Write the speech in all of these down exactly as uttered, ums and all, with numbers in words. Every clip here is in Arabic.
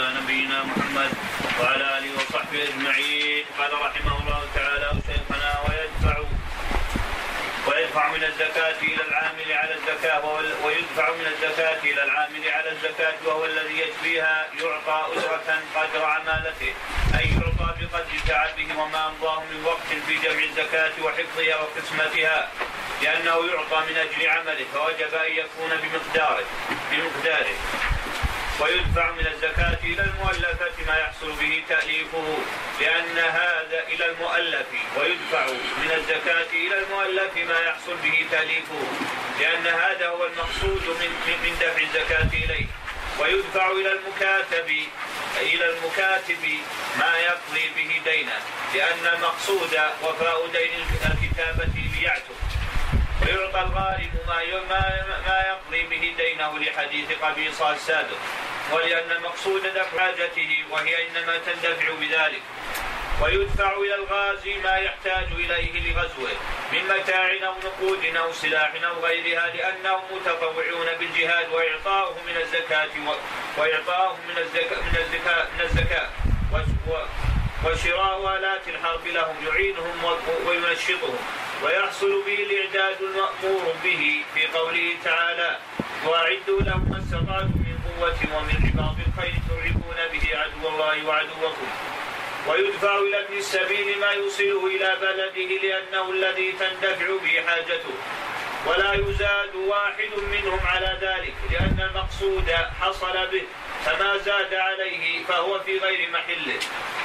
نبينا محمد وعلى آله وصحبه أجمعين. قال رحمه الله تعالى شيخنا ويدفع ويدفع من الزكاة إلى العامل على الزكاة ويدفع من الزكاة إلى العامل على الزكاة وهو الذي يجبيها يعطى أجرة قدر عمالته، أي يعطى بقدر تعبه وما أمضاه من وقت في جمع الزكاة وحفظها وقسمتها، لأنه يعطى من أجل عمله فوجب أن يكون بمقداره بمقداره. ويدفع من الزكاة إلى المؤلفة ما يحصل به تأليفه، لأن هذا إلى المؤلف ويدفع من الزكاة إلى المؤلف ما يحصل به تأليفه، لأن هذا هو المقصود من من دفع الزكاة إليه. ويدفع إلى المكاتب إلى المكاتب ما يقضي به دينه، لأن المقصود وفاء دين الكتابة ليعتق. ويعطى الغارم ما ما يقضي به دينه لحديث قبيصة السابق، ولأن المقصود دفع حاجته وهي إنما تندفع بذلك. ويدفع إلى الغازي ما يحتاج إليه لغزوه من متاع أو نقود أو سلاح أو غيرها، لأنهم متطوعون بالجهاد، وإعطاؤه من الزكاة وإعطاؤه من الزكاة من الزكاة من الزكاة وشراء آلات الحرب لهم يعينهم وينشطهم، ويحصل به الإعداد المأمور به في قوله تعالى: وأعدوا لهم ما استطعتم من قوة ومن رباط الخيل ترهبون به عدو الله وعدوكم. ويدفع إلى ابن السبيل ما يوصله إلى بلده، لأنه الذي تندفع به حاجته، ولا يزاد واحد منهم على ذلك، لأن المقصود حصل به، فما زاد عليه فهو في غير محله.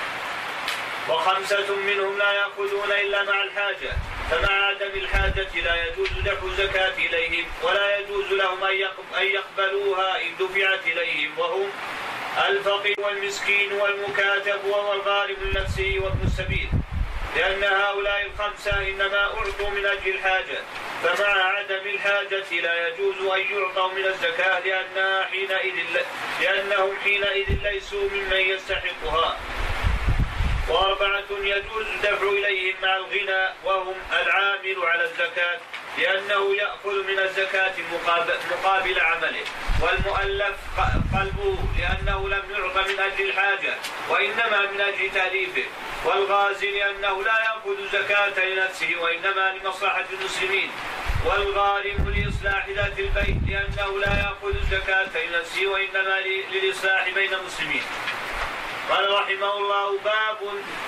وخمسة منهم لا يأخذون إلا مع الحاجة، فمع عدم الحاجة لا يجوز دفع زكاة إليهم، ولا يجوز لهم أن يقبلوها إن دفعت إليهم، وهم الفقير والمسكين والمكاتب والغارم النفسي وابن السبيل، لأن هؤلاء الخمسة إنما أعطوا من أجل الحاجة، فمع عدم الحاجة لا يجوز أن يعطوا من الزكاة، لأنها حينئذ لأنهم حينئذ ليسوا ممن يستحقها. وأربعة يجوز دفع إليهم مع الغنى، وهم العامل على الزكاة، لأنه يأخذ من الزكاة مقابل عمله، والمؤلف قلبه لأنه لم يعط من أجل الحاجة وإنما من أجل تأليفه، والغازي لأنه لا يأخذ زكاة لنفسه وإنما لمصلحة المسلمين، والغارم لإصلاح ذات البيت لأنه لا يأخذ الزكاة لنفسه وإنما للإصلاح بين المسلمين. قال رحمه الله: باب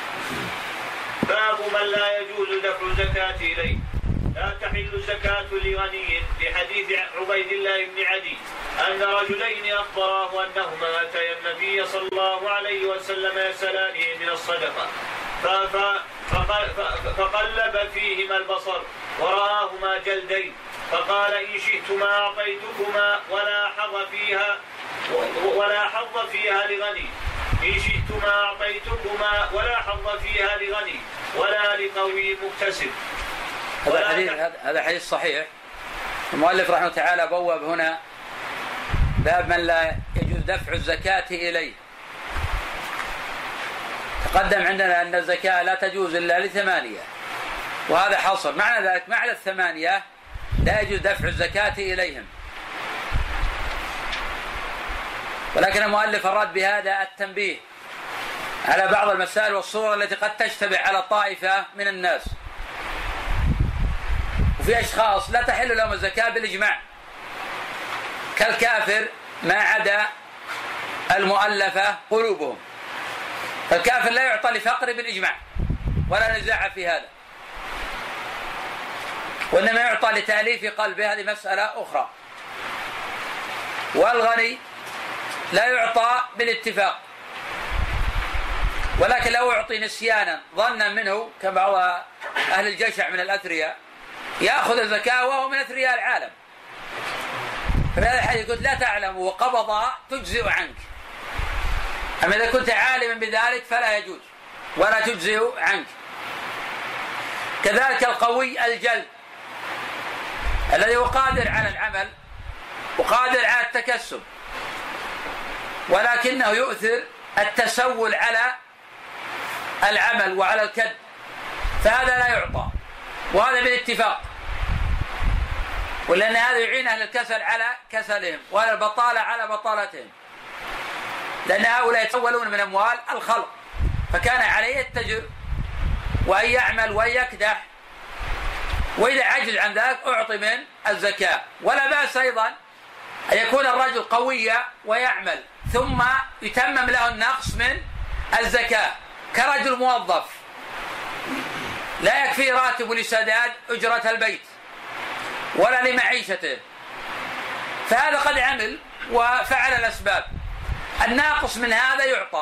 باب من لا يجوز دفع الزكاة إليه. لا تحل الزكاة لغني، لحديث عبيد الله بن عدي أن رجلين أخبراه أنهما أتيا النبي صلى الله عليه وسلم يسألانه من الصدقة، فقلب فيهما البصر ورآهما جلدين، فقال: إن شئتما أعطيتكما ولا حظ فيها ولا حظ فيها لغني، إن شئتما أعطيتكما ولا حظ فيها لغني ولا لقوي مكتسب. هذا حديث هذا حديث صحيح. المؤلف رحمه تعالى بواب هنا باب من لا يجوز دفع الزكاة إليه. تقدم عندنا أن الزكاة لا تجوز إلا لثمانية، وهذا حصر. معنى ذلك معنى الثمانية لا يجوز دفع الزكاة إليهم، ولكن المؤلف أراد بهذا التنبيه على بعض المسائل والصور التي قد تشتبه على طائفة من الناس. وفي أشخاص لا تحل لهم الزكاة بالإجماع، كالكافر ما عدا المؤلفة قلوبهم، فالكافر لا يعطى لفقر بالإجماع ولا نزاع في هذا، وإنما يعطى لتأليف قلبه، هذه مسألة أخرى. والغني لا يعطى بالاتفاق، ولكن لو يعطي نسيانا ظنا منه كبعض أهل الجشع من الأثرياء يأخذ الزكاة وهو من أثرياء العالم، ففي هذا الحديث قلت: لا تعلم وقبض تجزئ عنك. أما إذا كنت عالما بذلك فلا يجوز ولا تجزئ عنك. كذلك القوي الجلد الذي هو قادر على العمل وقادر على التكسب، ولكنه يؤثر التسول على العمل وعلى الكد، فهذا لا يعطى، وهذا بالاتفاق، ولأن هذا يعين أهل الكسل على كسلهم وأهل البطالة على بطالتهم. لأن هؤلاء يتحولون من أموال الخلق، فكان عليه يتجر وأن يعمل وأن يكدح، وإذا عجز عن ذلك أعطي من الزكاة. ولا بأس أيضا أن يكون الرجل قويا ويعمل ثم يتمم له النقص من الزكاة، كرجل موظف لا يكفي راتب لسداد أجرة البيت ولا لمعيشته، فهذا قد عمل وفعل الأسباب، الناقص من هذا يعطى.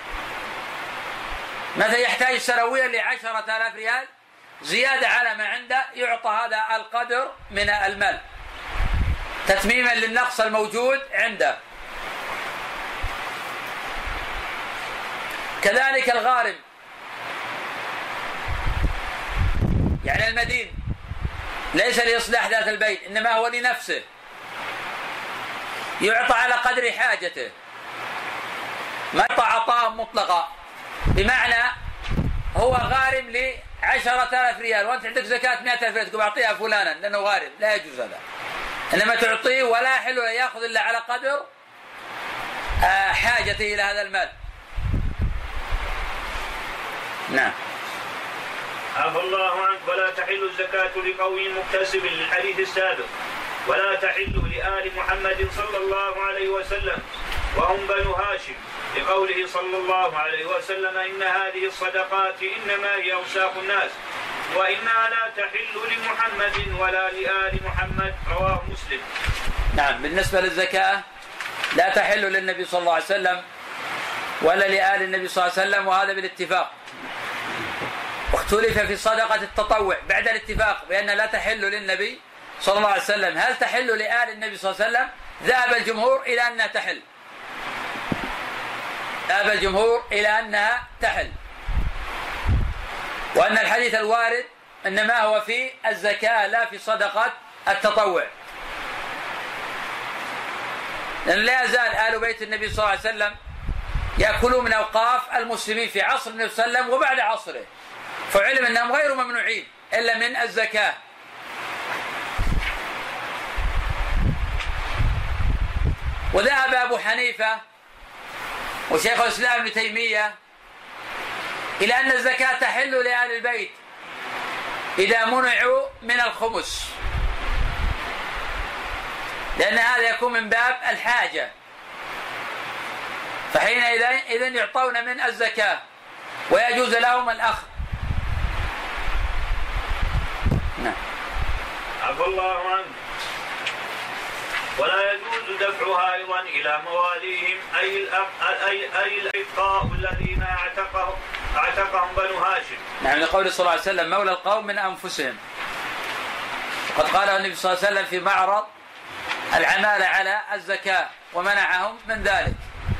مثلا يحتاج سنويا لعشرة آلاف ريال زيادة على ما عنده، يعطى هذا القدر من المال تتميما للنقص الموجود عنده. كذلك الغارم، يعني المدين ليس لإصلاح ذات البيت إنما هو لنفسه، يعطى على قدر حاجته، ما يعطى عطاء مطلقا، بمعنى هو غارم لعشرة آلاف ريال وأنت عندك زكاة مئة ألف ريال تقول أعطيها فلانا لأنه غارم، لا يجوز هذا، إنما تعطيه ولا يحل لا يأخذ إلا على قدر حاجته إلى هذا المال. نعم. عفى الله عنك. ولا تحل الزكاة لقوي مكتسب للحديث السابق، ولا تحل لآل محمد صلى الله عليه وسلم وهم بنو هاشم، لقوله صلى الله عليه وسلم إن هذه الصدقات إنما هي أوساخ الناس وإنها لا تحل لمحمد ولا لآل محمد، رواه مسلم. نعم. بالنسبة للزكاة لا تحل للنبي صلى الله عليه وسلم ولا لآل النبي صلى الله عليه وسلم، وهذا بالاتفاق. واختلف في صدقة التطوع بعد الاتفاق بأن لا تحل للنبي صلى الله عليه وسلم. هل تحل لآل النبي صلى الله عليه وسلم؟ ذهب الجمهور إلى أنها تحل، ذهب الجمهور إلى أنها تحل، وأن الحديث الوارد إنما هو في الزكاة لا في صدقة التطوع، لأن لا يزال آل بيت النبي صلى الله عليه وسلم يأكلون من أوقاف المسلمين في عصر النبي صلى الله عليه وسلم وبعد عصره، فعلم أنهم غير ممنوعين إلا من الزكاة. وذهب أبو حنيفة وشيخ الإسلام ابن تيمية إلى أن الزكاة تحل لآل البيت إذا منعوا من الخمس، لأن هذا يكون من باب الحاجة، فحينئذ إذن يعطون من الزكاة ويجوز لهم الأخذ. نعم. عفى الله عنه. ولا يجوز دفعها أيضا إلى مواليهم أي أي أي الأتقاء الذين اعتقهم اعتقهم بنو هاشم. نعم. لقول صلى الله عليه وسلم مولى القوم من أنفسهم، وقد قاله النبي صلى الله عليه وسلم في معرض العمالة على الزكاة ومنعهم من ذلك،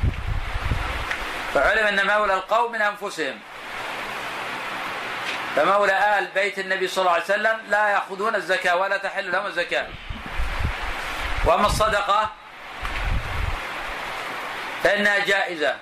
فعلم أن مولى القوم من أنفسهم، فمولى آل بيت النبي صلى الله عليه وسلم لا يأخذون الزكاة ولا تحل لهم الزكاة. وأما الصدقة فإنها جائزة،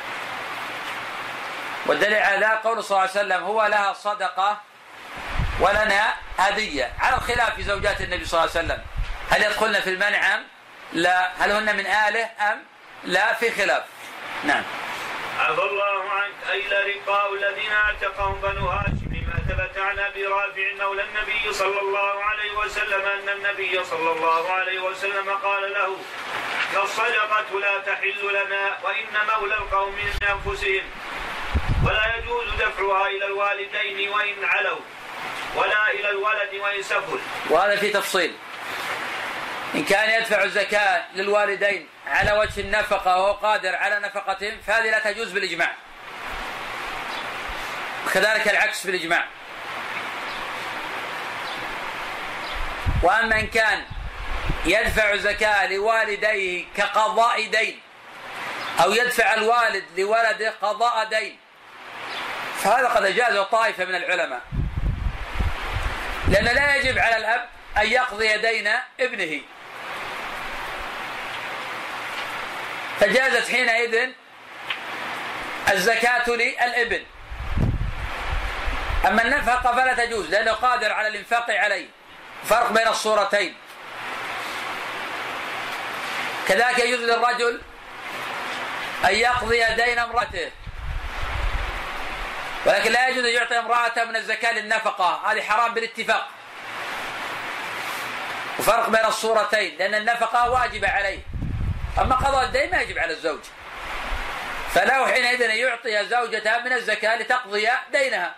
والدليل على قول صلى الله عليه وسلم هو لها صدقة ولنا هدية، على الخلاف في زوجات النبي صلى الله عليه وسلم، هل يدخلن في المنع أم لا، هل هن من آله أم لا، في خلاف. نعم. عفى الله عنك. أي الأرقاء الذين اعتقهم بنو هاشم، لما ثبت عن أبي رافع مولى النبي صلى الله عليه وسلم أن النبي صلى الله عليه وسلم قال له الصدقة لا تحل لنا وإن مولى القوم من أنفسهم، ولا يجوز دفعها إلى الوالدين وإن علوا ولا إلى الولد وإن سفل. وهذا في تفصيل، إن كان يدفع الزكاة للوالدين على وجه النفقة وهو قادر على نفقتهم فهذه لا تجوز بالإجماع، وكذلك العكس بالإجماع. وأما إن كان يدفع الزكاة لوالديه كقضاء دين، أو يدفع الوالد لولده قضاء دين، فهذا قد أجازه طائفة من العلماء، لأن لا يجب على الأب أن يقضي دين ابنه، فجازت حينئذ الزكاة للابن. أما النفقة فلا تجوز لأنه قادر على الإنفاق عليه، فرق بين الصورتين. كذلك يجوز للرجل أن يقضي دين امرأته، ولكن لا يجوز أن يعطي امرأته من الزكاة للنفقة، هذه حرام بالاتفاق. وفرق بين الصورتين، لأن النفقة واجبة عليه، أما قضاء الدين ما يجب على الزوج، فله حينئذ أن يعطي زوجته من الزكاة لتقضي دينها.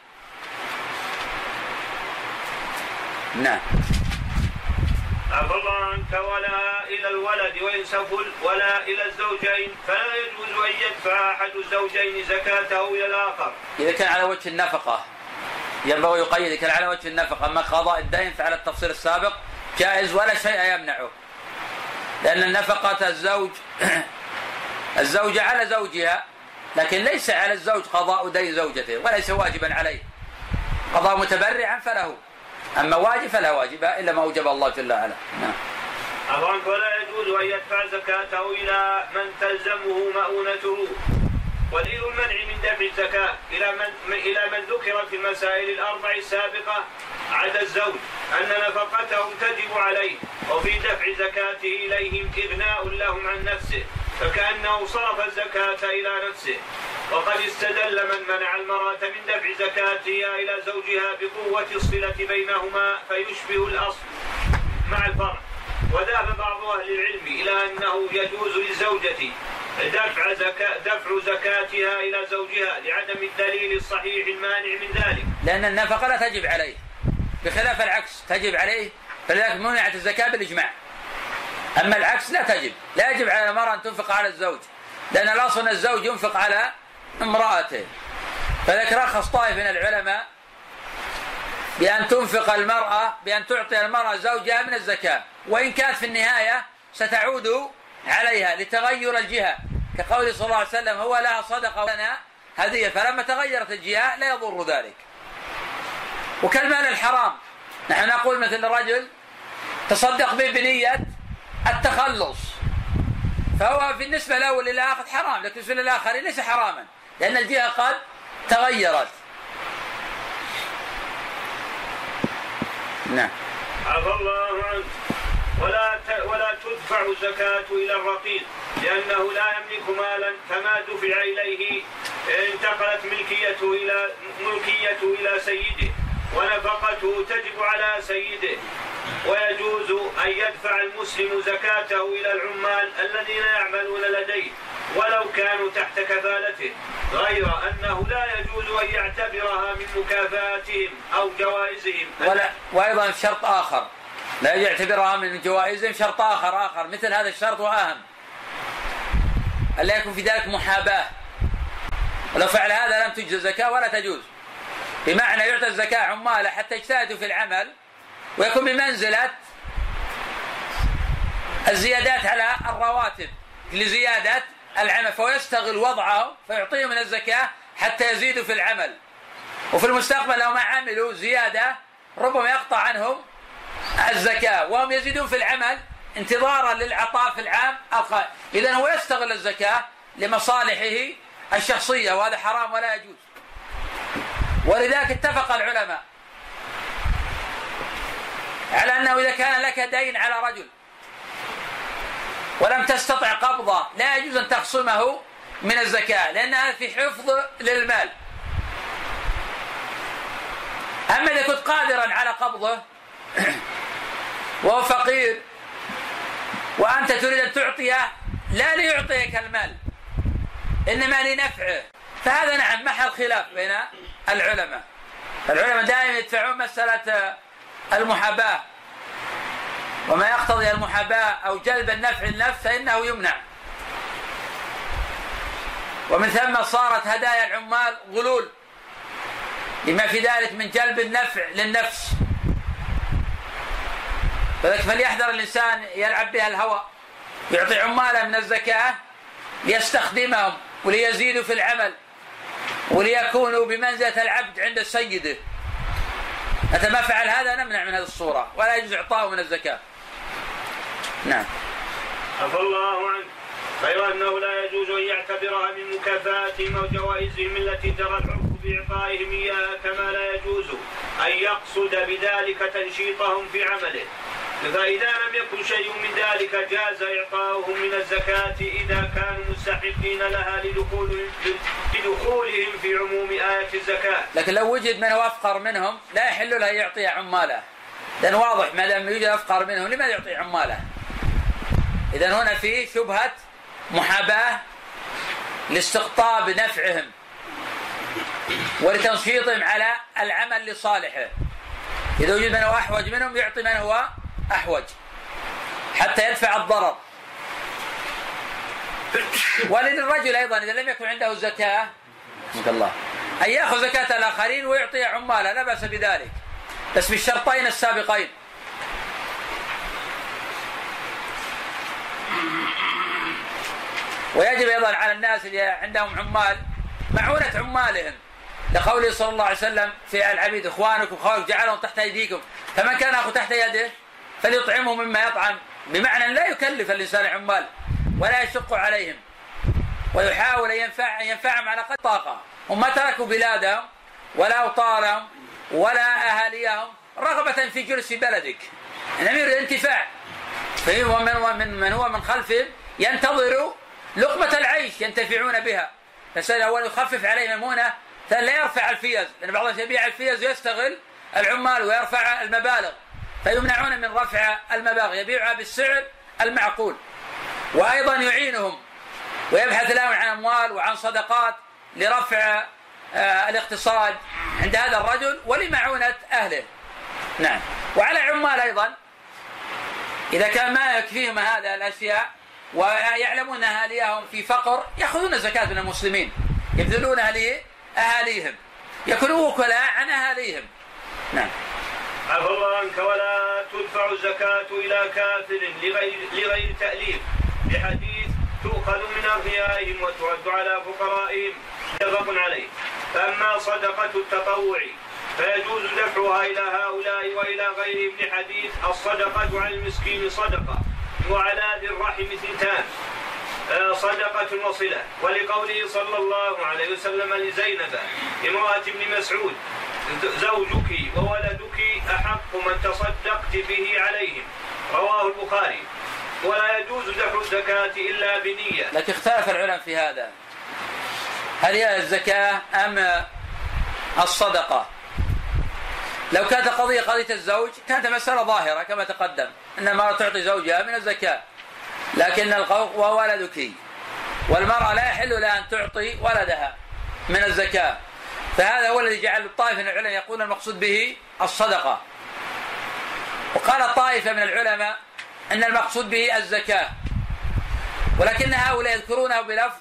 نعم. عفى الله عنك. ولا إلى الولد وإن سفل ولا إلى الزوجين، فلا يجوز أن يدفع أحد الزوجين زكاته إلى الآخر. إذا كان على وجه النفقة ينبغي يقيد، إذا كان على وجه النفقة. أما قضاء الدين فعلى التفصيل السابق جائز ولا شيء يمنعه، لأن النفقة الزوج الزوجة على زوجها، لكن ليس على الزوج قضاء دين زوجته، وليس واجبا عليه. قضاء متبرعا فله، أما واجب فلا واجب إلا ما أوجب الله جل وعلا. نعم. أظنك. ولا يجوز أن يدفع زكاته إلى من تلزمه مؤونته. ودليل المنع من دفع الزكاة إلى من إلى من ذكر في المسائل الأربع السابقة عدا الزوج أن نفقتهم تجب عليه، وفي دفع زكاته إليهم إغناء لهم عن نفسه، فكأنه صرف الزكاة إلى نفسه. وقد استدل من منع المرأة من دفع زكاتها إلى زوجها بقوة الصلة بينهما فيشبه الأصل مع الفرع. وذهب بعض أهل العلم إلى أنه يجوز للزوجة دفع زكاة دفع زكاتها إلى زوجها لعدم الدليل الصحيح المانع من ذلك، لأن النفقة لا تجب عليه، بخلاف العكس تجب عليه، فلذلك منعت الزكاة بالإجماع. أما العكس لا تجب، لا يجب على المرأة أن تنفق على الزوج، لأن الأصل أن الزوج ينفق على امرأته. فذلك رخص طائف من العلماء بأن تنفق المرأة، بأن تعطي المرأة زوجها من الزكاة، وإن كانت في النهاية ستعود عليها لتغير الجهة، كقول صلى الله عليه وسلم هو لها صدقة ولنا هدية، فلما تغيرت الجهة لا يضر ذلك. وكالمال الحرام، نحن نقول مثل الرجل تصدق به بنية التخلص، فهو في النسبة الأول للآخر حرام، لكن بالنسبة للآخر ليس حراما، لأن الجهة قد تغيرت. نعم. عفى الله عنك. ولا ولا تدفع الزكاة إلى الرقيق، لأنه لا يملك مالا، فما دفع إليه انتقلت ملكيته إلى ملكيته إلى سيده، ونفقته تجب على سيده. ويجوز أن يدفع المسلم زكاته إلى العمال الذين يعملون لديه ولو كانوا تحت كفالته، غير أنه لا يجوز أن يعتبرها من مكافآتهم أو جوائزهم. ولا وأيضا شرط آخر لا يعتبرها من جوائزهم، شرط آخر آخر مثل هذا الشرط وأهم، ألا يكون في ذلك محاباة، ولو فعل هذا لم تجزى زكاة ولا تجوز. بمعنى يعطى الزكاة عماله حتى يجتهدوا في العمل ويكون بمنزلة الزيادات على الرواتب لزيادة العمل، فيستغل وضعه فيعطيهم من الزكاة حتى يزيدوا في العمل، وفي المستقبل لو ما عملوا زيادة ربما يقطع عنهم الزكاة وهم يزيدون في العمل انتظارا للعطاء في العام القادم. إذن هو يستغل الزكاة لمصالحه الشخصية، وهذا حرام ولا يجوز. ولذلك اتفق العلماء على أنه إذا كان لك دين على رجل ولم تستطع قبضه لا يجوز أن تخصمه من الزكاة، لأنها في حفظ للمال. أما إذا كنت قادرا على قبضه وهو فقير وأنت تريد أن تعطيه لا ليعطيك المال إنما لنفعه، فهذا نعم محل خلاف بين العلماء. العلماء دائما يدفعون مسألة المحاباة، وما يقتضي المحاباة أو جلب النفع للنفس فإنه يمنع. ومن ثم صارت هدايا العمال غلول لما في ذلك من جلب النفع للنفس، فذلك فليحذر الإنسان يلعب بها الهوى، يعطي عماله من الزكاة ليستخدمهم وليزيدوا في العمل وليكونوا بمنزلة العبد عند سيده. متى ما فعل هذا نمنع من هذه الصورة ولا يجوز إعطاءه من الزكاة. نعم. عفى الله عنك. غير أنه لا يجوز أن يعتبرها من مكافآتهم أو جوائزهم التي جرى العرف بإعطائهم إياها، كما لا يجوز أن يقصد بذلك تنشيطهم في عمله، فإذا لم يكن شيء من ذلك جاز إعطاؤهم من الزكاة إذا كانوا مستحقين لها لدخول لدخولهم في عموم آية الزكاة. لكن لو وجد من هو أفقر منهم لا يحل له يعطي عماله، لأن واضح ما دام يوجد أفقر منهم لماذا يعطي عماله؟ إذن هنا في شبهة محاباة لاستقطاب نفعهم ولتنشيطهم على العمل لصالحه. إذا وجد من هو أحوج منهم يعطي من هو أحوج حتى يدفع الضرر. وللرجل أيضا إذا لم يكن عنده زكاة الله أن يأخذ زكاة الآخرين ويعطي عماله، لا بأس بذلك، بس بالشرطين السابقين. ويجب أيضا على الناس اللي عندهم عمال معونة عمالهم، لقوله صلى الله عليه وسلم في العبيد إخوانكم وخوانكم جعلهم تحت أيديكم، فمن كان أخو تحت يده فليطعمه مما يطعم، بمعنى لا يكلف الإنسان عمال ولا يشق عليهم، ويحاول أن ينفع ينفعهم على قدر طاقة. هم ما تركوا بلادهم ولا أوطارهم ولا أهاليهم رغبة في جلوس بلدك، إنما يريد الانتفاع، فهو من, من, من هو من خلفهم ينتظر لقمة العيش ينتفعون بها. فسأل أول يخفف عليه ممونة، ثاني لا يرفع الفيز، لأن بعض الناس يبيع الفيز ويستغل العمال ويرفع المبالغ، فيمنعون من رفع المبالغ، يبيعها بالسعر المعقول. وأيضا يعينهم ويبحث لهم عن أموال وعن صدقات لرفع آه الاقتصاد عند هذا الرجل ولمعونة أهله. نعم. وعلى عمال أيضا إذا كان ما يكفيهم هذا الأشياء ويعلمون أهاليهم في فقر يأخذون زكاة من المسلمين يبذلونها لأهاليهم، يكونوا وكلاء عن أهاليهم. نعم. عفى الله عنك. ولا تدفع الزكاة إلى كافر لغير, لغير تأليف، بحديث تؤخذ من أغنيائهم وترد على فقرائهم متفق عليه. فأما صدقة التطوع فيجوز دفعها إلى هؤلاء وإلى غيرهم لحديث الصدقة على المسكين صدقة وعلى ذي الرحم ثنتان صدقة وصلة، ولقوله صلى الله عليه وسلم لزينب امرأة ابن مسعود زوجك وولدك أحق من تصدقت به عليهم، رواه البخاري. ولا يجوز دفع الزكاة إلا بنية. لكن اختلف العلماء في هذا، هل هي الزكاة أم الصدقة؟ لو كانت قضية قضية الزوج كانت مسألة ظاهرة كما تقدم أن المرأة تعطي زوجها من الزكاة، لكن القول وولدك، والمرأة لا يحل لها أن تعطي ولدها من الزكاة، فهذا هو الذي جعل الطائفة من العلماء يقول المقصود به الصدقة. وقال طائفة من العلماء أن المقصود به الزكاة، ولكن هؤلاء يذكرونه بلفظ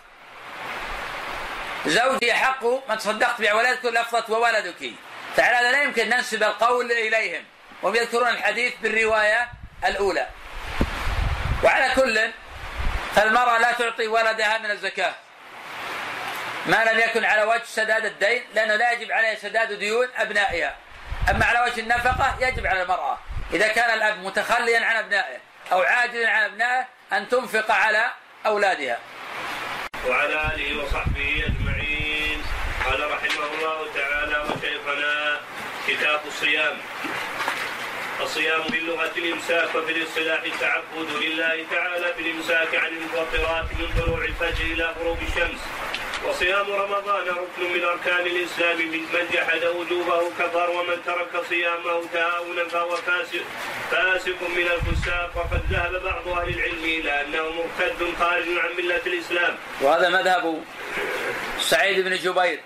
زوجي حق من تصدقت به، ولا يذكر لفظة وولدك، فعلى هذا لا يمكن ننسب القول إليهم، وهم يذكرون الحديث بالرواية الأولى. وعلى كل فالمرأة لا تعطي ولدها من الزكاة ما لم يكن على وجه سداد الدين، لأنه لا يجب عليها سداد ديون أبنائها. أما على وجه النفقة يجب على المرأة إذا كان الأب متخليا عن أبنائه أو عاجزا عن أبنائه أن تنفق على أولادها. وعلى آله وصحبه أجمعين. قال رحمه الله تعالى: وشيخنا كتاب الصيام. الصيام باللغة الإمساك، وفي الاصطلاح التعبد لله تعالى بالإمساك عن المفطرات من طلوع الفجر إلى غروب الشمس. وصيام رمضان ركن من أركان الإسلام، من جحد وجوبه كفر، ومن ترك صيامه تهاونا فهو فاسق فاسق من الفساق. وقد ذهب بعض أهل العلم إلى أنه مرتد خارج عن ملة الإسلام، وهذا مذهب سعيد بن جبير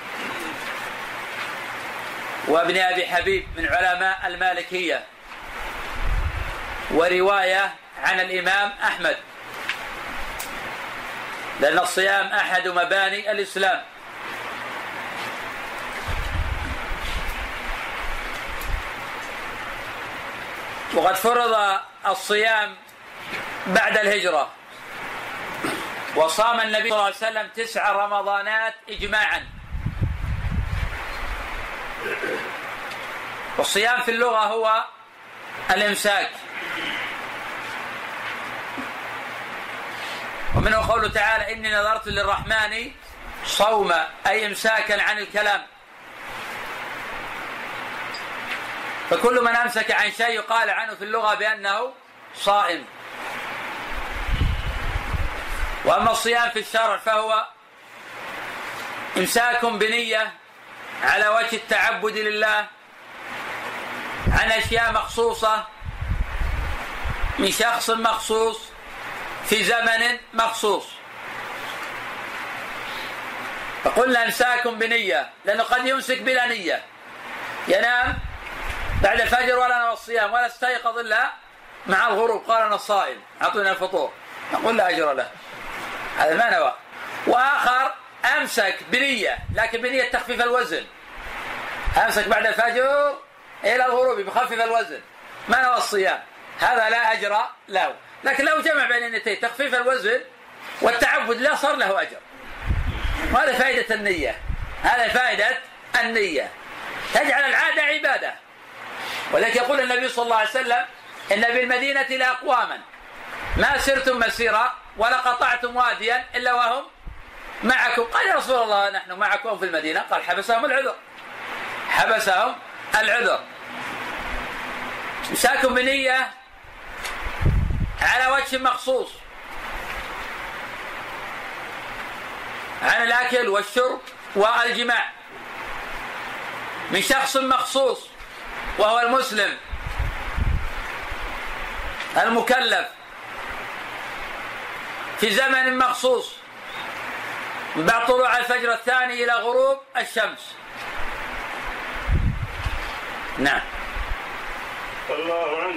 وابن أبي حبيب من علماء المالكية، ورواية عن الإمام أحمد، لأن الصيام أحد مباني الإسلام. وقد فرض الصيام بعد الهجرة، وصام النبي صلى الله عليه وسلم تسع رمضانات إجماعا. والصيام في اللغة هو الإمساك، ومنه قوله تعالى: إني نذرت للرحمن صوما، أي إمساكا عن الكلام. فكل من أمسك عن شيء يقال عنه في اللغة بأنه صائم. وأما الصيام في الشرع فهو إمساك بنية على وجه التعبد لله عن أشياء مخصوصة من شخص مخصوص في زمن مخصوص. فقلنا إمساك بنية لأنه قد يمسك بلا نية، ينام بعد الفجر ولا نوى الصيام ولا استيقظ إلا مع الغروب قال أنا الصائم أعطونا الفطور، نقول لا أجر له، هذا ما نوى. وآخر أمسك بنية لكن بنية تخفيف الوزن، أمسك بعد الفجر إلى الغروب بخفف الوزن ما نوى الصيام، هذا لا أجر له. لكن لو جمع بين النيتين تخفيف الوزن والتعبد لا صار له أجر. وهذا فائدة النية، هذا فائدة النية تجعل العادة عبادة. ولذلك يقول النبي صلى الله عليه وسلم إن بالمدينة لأقواما ما سرتم مسيرا ولا قطعتم واديا إلا وهم معكم. قال يا رسول الله نحن معكم في المدينة؟ قال حبسهم العذر، حبسهم العذر. إمساك بنية على وجه مخصوص عن الأكل والشرب والجماع من شخص مخصوص وهو المسلم المكلف في زمن مخصوص من بعد طلوع الفجر الثاني إلى غروب الشمس. نعم. الله عنك.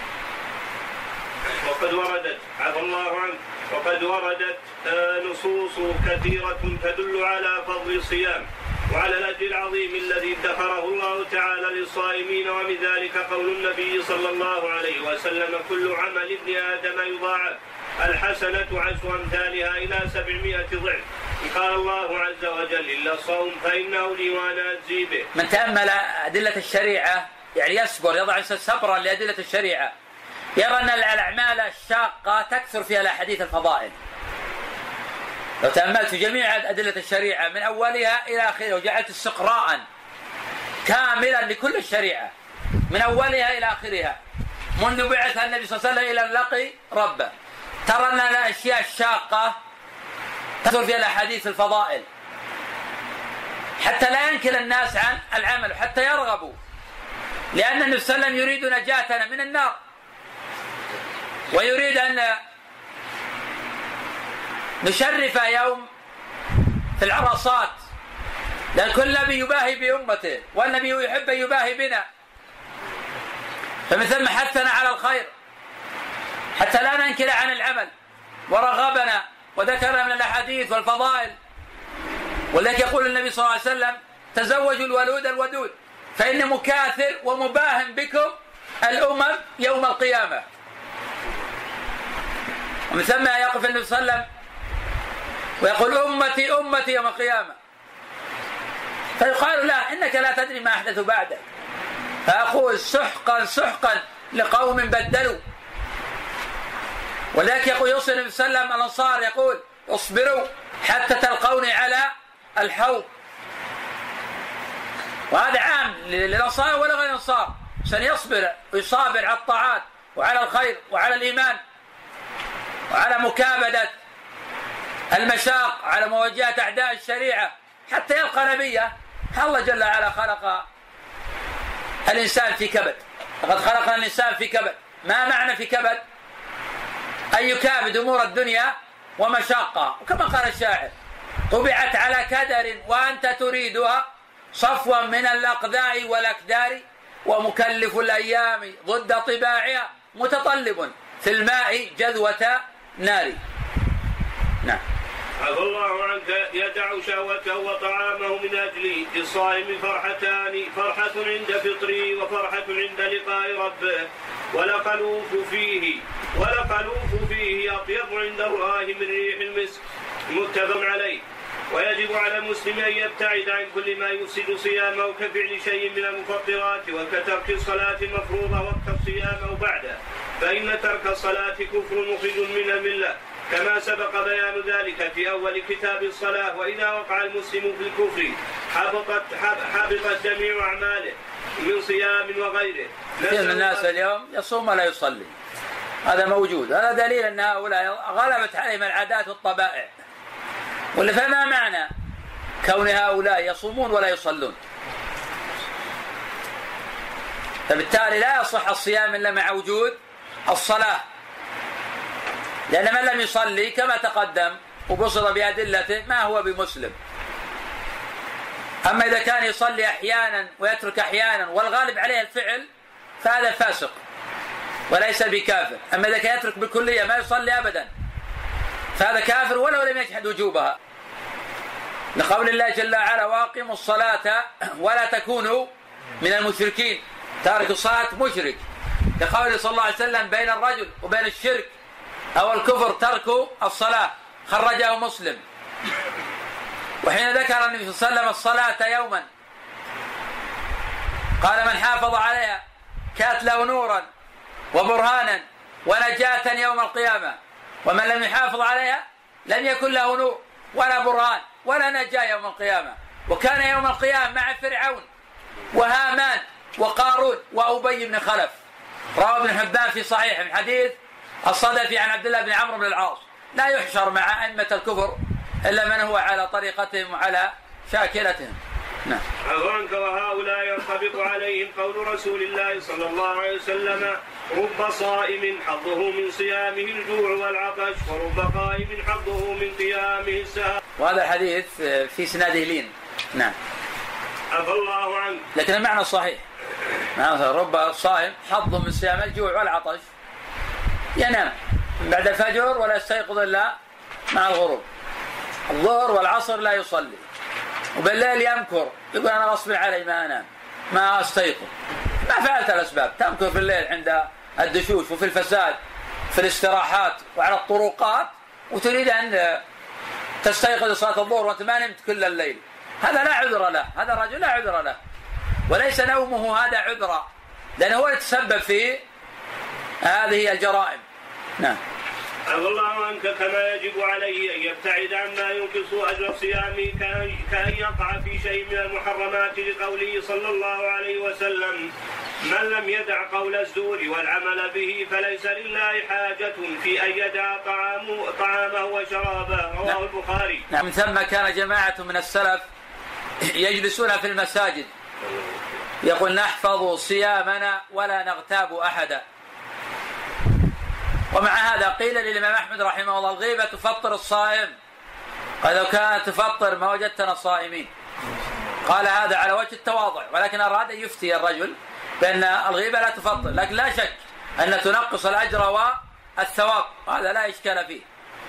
وقد وردت عفى الله عنك وقد وردت نصوص كثيرة تدل على فضل الصيام وعلى الأجر العظيم الذي ادخره الله تعالى للصائمين، ومن ذلك قول النبي صلى الله عليه وسلم كل عمل ابن آدم يضاعف الحسنة عشر أمثالها إلى سبعمائة ضعف. قال الله عز وجل إلا الصوم فإنه لي وأنا أجزي به. من تأمل أدلة الشريعة يعني يصبر يضع صبرا لأدلة الشريعة يرى أن الأعمال الشاقة تكثر فيها الأحاديث الفضائل. لو تأملت جميع أدلة الشريعة من أولها إلى آخرها وجعلت استقراء كاملا لكل الشريعة من أولها إلى آخرها منذ بعث النبي صلى الله عليه وسلم إلى أن لقي ربه، ترى أن الأشياء الشاقة تكثر فيها الأحاديث الفضائل حتى لا ينكل الناس عن العمل حتى يرغبوا، لأن النبي صلى الله عليه وسلم يريد نجاتنا من النار ويريد أن نشرف يوم في العرصات، لأن كل نبي يباهي بأمته والنبي يحب أن يباهي بنا، فمن ثم حثنا على الخير حتى لا ننكل عن العمل ورغبنا وذكرنا من الأحاديث والفضائل. ولذلك يقول النبي صلى الله عليه وسلم تزوجوا الولود الودود فإن مكاثر ومباهم بكم الأمم يوم القيامة. ومن ثم يقف النبي صلى الله عليه وسلم ويقول أمتي أمتي يوم القيامة، فيقال لا إنك لا تدري ما أحدث بعدك، فأقول سحقا سحقا لقوم بدلوا. ولذلك يقول يوصي النبي صلى الله عليه وسلم الأنصار يقول اصبروا حتى تلقوني على الحوض، وهذا عام للأنصار ولا غير الأنصار، عشان يصبر ويصابر على الطاعات وعلى الخير وعلى الإيمان وعلى مكابدة المشاق على مواجهة أعداء الشريعة حتى يلقى نبيه. الله جل وعلا خلق الإنسان في كبد، لقد خلقنا الإنسان في كبد. ما معنى في كبد؟ أن يكابد أمور الدنيا ومشاقها، وكما قال الشاعر طبعت على كدر وأنت تريدها صفوا من الأقذاء والأكدار، ومكلف الأيام ضد طباعها متطلب في الماء جذوة نار. نعم. عفى الله عنك يدع شهوته وطعامه من أجل الصائم فرحتان، فرحة عند فطره وفرحة عند لقاء ربه، ولقلوف فيه ولقلوف فيه أطيب عند الله من ريح المسك، متفق عليه. ويجب على المسلم أن يبتعد عن كل ما يفسد صيامه كفعل شيء من المفطرات وكترك الصلاة المفروضة وقت الصيام أو بعده، فإن ترك الصلاة كفر مخرج من الملة كما سبق بيان ذلك في أول كتاب الصلاة. وإذا وقع المسلم في الكفر حبطت, حبطت جميع أعماله من صيام وغيره. كثير من الناس اليوم يصوم ولا يصلي، هذا موجود. هذا دليل أن هؤلاء غلبت عليهم العادات والطبائع. ولا فما معنى كون هؤلاء يصومون ولا يصلون؟ فبالتالي لا يصح الصيام إلا مع وجود الصلاة، لأن من لم يصلي كما تقدم وبصر بأدلته ما هو بمسلم. أما إذا كان يصلي أحيانا ويترك أحيانا والغالب عليه الفعل فهذا فاسق وليس بكافر. أما إذا كان يترك بالكلية ما يصلي أبدا فهذا كافر ولو لم يجحد وجوبها، لقول الله جل وعلا: وأقيموا الصلاة ولا تكونوا من المشركين. تارك الصلاة مشرك، لقول صلى الله عليه وسلم: بين الرجل وبين الشرك أو الكفر ترك الصلاة، خرجه مسلم. وحين ذكر النبي صلى الله عليه وسلم الصلاة يوما قال: من حافظ عليها كانت له نورا وبرهانا ونجاة يوم القيامة، ومن لم يحافظ عليها لم يكن له نور ولا برهان ولا نجاة يوم القيامة. وكان يوم القيامة مع فرعون وهامان وقارون وأبي بن خلف. رواه ابن حبان في صحيح من حديث الصدفي عن عبد الله بن عمرو بن العاص: لا يحشر مع أئمة الكفر إلا من هو على طريقتهم وعلى شاكلتهم. نعم. عنك وهؤلاء يرتبط عليهم قول رسول الله صلى الله عليه وسلم: رب صائم حظه من صيامه الجوع والعطش، ورب قائم حظه من قيامه السهر. وهذا الحديث في سناده لين. نعم. عفى الله عنك. لكن المعنى صحيح، معنى رب صائم حظه من صيام الجوع والعطش، ينام بعد الفجر ولا يستيقظ إلا مع الغروب، الظهر والعصر لا يصلي، وبالليل يمكر يقول: أنا غصب علي ما أنام ما أستيقظ. ما فعلت الأسباب، تمكر في الليل عند الدشوش وفي الفساد في الاستراحات وعلى الطرقات، وتريد أن تستيقظ صلاة الظهر وأنت ما نمت كل الليل. هذا لا عذر له، هذا رجل لا عذر له، وليس نومه هذا عذرا، لأنه هو يتسبب في هذه الجرائم. نعم. عفى الله عنك. كما يجب عليه أن يبتعد عما ينقص أجر صيامه كأن يقع في شيء من المحرمات، لقوله صلى الله عليه وسلم: من لم يدع قول الزور والعمل به فليس لله حاجة في أن يدع طعامه, طعامه وشرابه. رواه البخاري. نعم. من ثم كان جماعة من السلف يجلسون في المساجد يقول: نحفظ صيامنا ولا نغتاب أحدا. ومع هذا قيل للإمام أحمد رحمه الله: الغيبة تفطر الصائم، قال: لو كانت تفطر ما وجدتنا صائمين. قال هذا على وجه التواضع، ولكن أراد أن يفتي الرجل بأن الغيبة لا تفطر، لكن لا شك أن تنقص الأجر والثواب، وهذا لا إشكال فيه.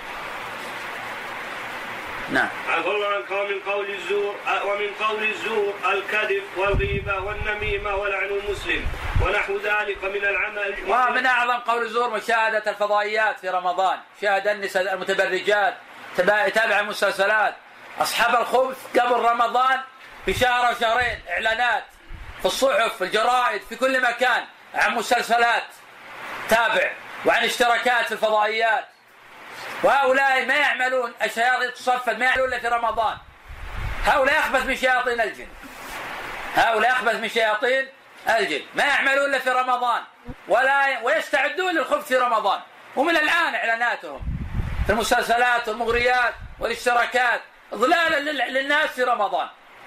نعم. عفى الله عنك. ومن قول الزور ومن قول الزور الكذب والغيبة والنميمة ولعن المسلم ونحو ذلك من العمل. ومن أعظم قول الزور مشاهدة الفضائيات في رمضان، شاهد النساء المتبرجات، تابع المسلسلات، أصحاب الخبث قبل رمضان بشهر وشهرين إعلانات في الصحف في الجرائد في كل مكان عن مسلسلات تابع وعن اشتراكات في الفضائيات. وهؤلاء ما يعملون، الشياطين تصفد ما يعملون إلا في رمضان. هؤلاء أخبث من شياطين الجن، هؤلاء أخبث من شياطين الجن، ما يعملون إلا في رمضان ولا ويستعدون للخبث في رمضان. ومن الآن إعلاناتهم في المسلسلات والمغريات والاشتراكات ضلالا للناس في رمضان.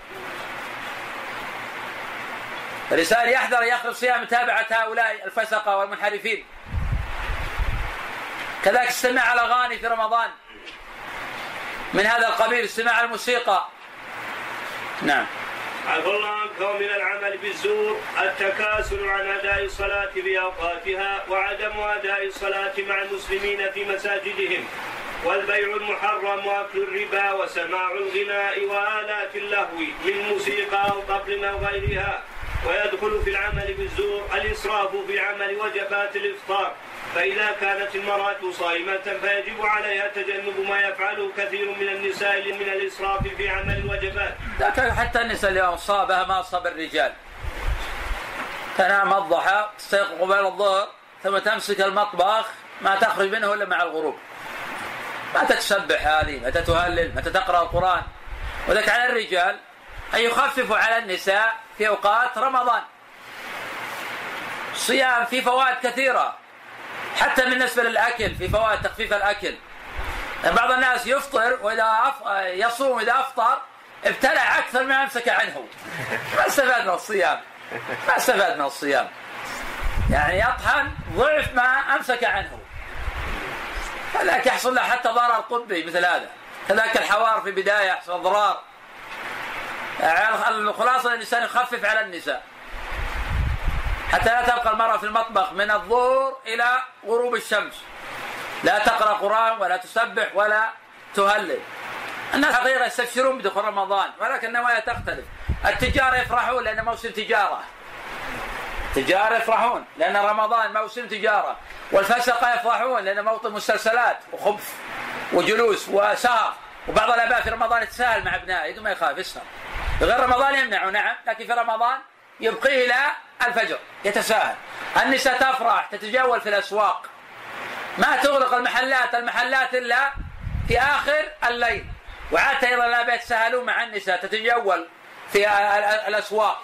الإنسان يحذر يخرج صيام متابعة هؤلاء الفسقة والمنحرفين. كذلك استماع على الأغاني في رمضان من هذا القبيل، استماع الموسيقى. نعم. عفى الله عنك. ومن العمل بالزور التكاسل عن أداء الصلاة بأوقاتها وعدم أداء الصلاة مع المسلمين في مساجدهم، والبيع المحرم وأكل الربا وسماع الغناء وآلات اللهو من موسيقى أو طبل أو غيرها. ويدخل في العمل بالزور الإسراف في عمل وجبات الإفطار، فإذا كانت المرأة صائمة فيجب عليها تجنب ما يفعله كثير من النساء من الإسراف في عمل الوجبات. لكن حتى النساء اليوم صابها ما صاب الرجال، تنام الضحى تستيقظ قبل الظهر ثم تمسك المطبخ ما تخرج منه إلا مع الغروب، ما تتسبح هذه، ما تتهلل، ما تقرأ القرآن. وذلك على الرجال أن يخففوا على النساء في أوقات رمضان، الصيام فيه فوائد كثيرة، حتى بالنسبة للأكل في فوائد تخفيف الأكل. بعض الناس يفطر وإذا أف... يصوم إذا أفطر ابتلع أكثر ما أمسك عنه، ما استفاد من الصيام، ما استفاد من الصيام، يعني يطحن ضعف ما أمسك عنه، فذاك يحصل له حتى ضرر قطبي مثل هذا. كذلك الحوار في بداية يحصل ضرار. الخلاصة الإنسان يخفف على النساء حتى لا تبقى المرأة في المطبخ من الظهر إلى غروب الشمس، لا تقرأ قرآن ولا تسبح ولا تهلل. الناس حقيقة يستبشرون بدخول رمضان، ولكن النوايا تختلف. التجار يفرحون لأن موسم تجارة، التجار يفرحون لأن رمضان موسم تجارة، والفسقة يفرحون لأن موطن مسلسلات وخبث وجلوس وسهر. وبعض الآباء في رمضان يتساهل مع أبنائه يقول ما يخاف يسهر، غير رمضان يمنعه نعم، لكن في رمضان يبقيه إلى الفجر يتساهل. النساء تفرح تتجول في الأسواق، ما تغلق المحلات المحلات إلا في آخر الليل. وعادة أيضا الآباء يتساهلون مع النساء تتجول في الأسواق.